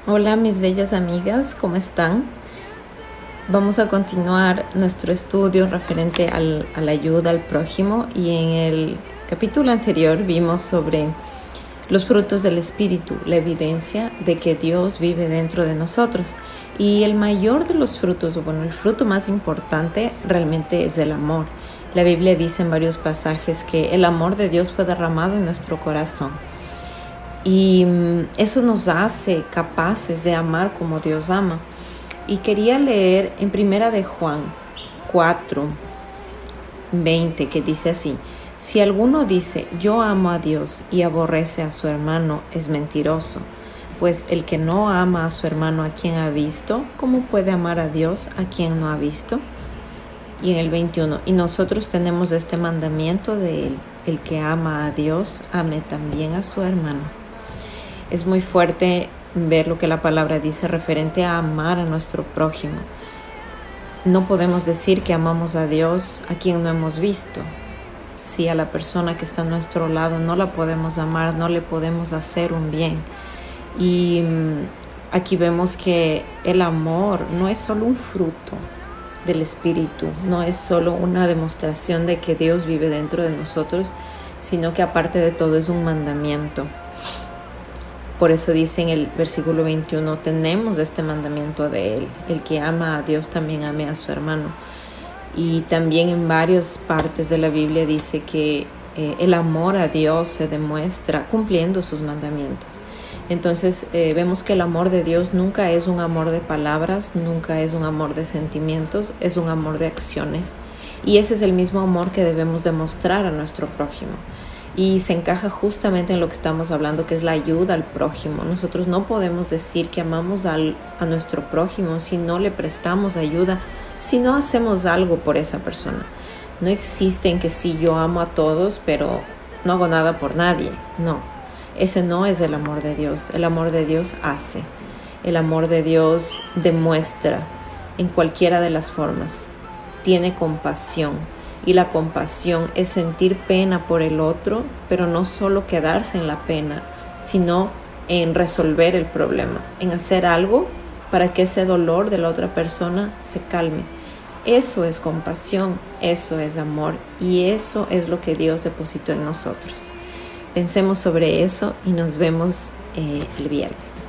Hola mis bellas amigas, ¿cómo están? Vamos a continuar nuestro estudio referente a la ayuda al prójimo y en el capítulo anterior vimos sobre los frutos del Espíritu, la evidencia de que Dios vive dentro de nosotros. Y el mayor de los frutos, el fruto más importante realmente es el amor. La Biblia dice en varios pasajes que el amor de Dios fue derramado en nuestro corazón. Y eso nos hace capaces de amar como Dios ama. Y quería leer en Primera de Juan 4:20, que dice así: si alguno dice yo amo a Dios y aborrece a su hermano, es mentiroso. Pues el que no ama a su hermano a quien ha visto, ¿cómo puede amar a Dios a quien no ha visto? Y en el 21, y nosotros tenemos este mandamiento de él: el que ama a Dios, ame también a su hermano. Es muy fuerte ver lo que la palabra dice referente a amar a nuestro prójimo. No podemos decir que amamos a Dios a quien no hemos visto. Si a la persona que está a nuestro lado no la podemos amar, no le podemos hacer un bien. Y aquí vemos que el amor no es solo un fruto del Espíritu, no es solo una demostración de que Dios vive dentro de nosotros, sino que aparte de todo es un mandamiento. Por eso dice en el versículo 21, tenemos este mandamiento de Él: el que ama a Dios también ame a su hermano. Y también en varias partes de la Biblia dice que el amor a Dios se demuestra cumpliendo sus mandamientos. Entonces vemos que el amor de Dios nunca es un amor de palabras, nunca es un amor de sentimientos, es un amor de acciones. Y ese es el mismo amor que debemos demostrar a nuestro prójimo. Y se encaja justamente en lo que estamos hablando, que es la ayuda al prójimo. Nosotros no podemos decir que amamos a nuestro prójimo si no le prestamos ayuda, si no hacemos algo por esa persona. No existe en que sí, yo amo a todos, pero no hago nada por nadie. No, ese no es el amor de Dios. El amor de Dios hace. El amor de Dios demuestra en cualquiera de las formas. Tiene compasión. Y la compasión es sentir pena por el otro, pero no solo quedarse en la pena, sino en resolver el problema, en hacer algo para que ese dolor de la otra persona se calme. Eso es compasión, eso es amor, y eso es lo que Dios depositó en nosotros. Pensemos sobre eso y nos vemos el viernes.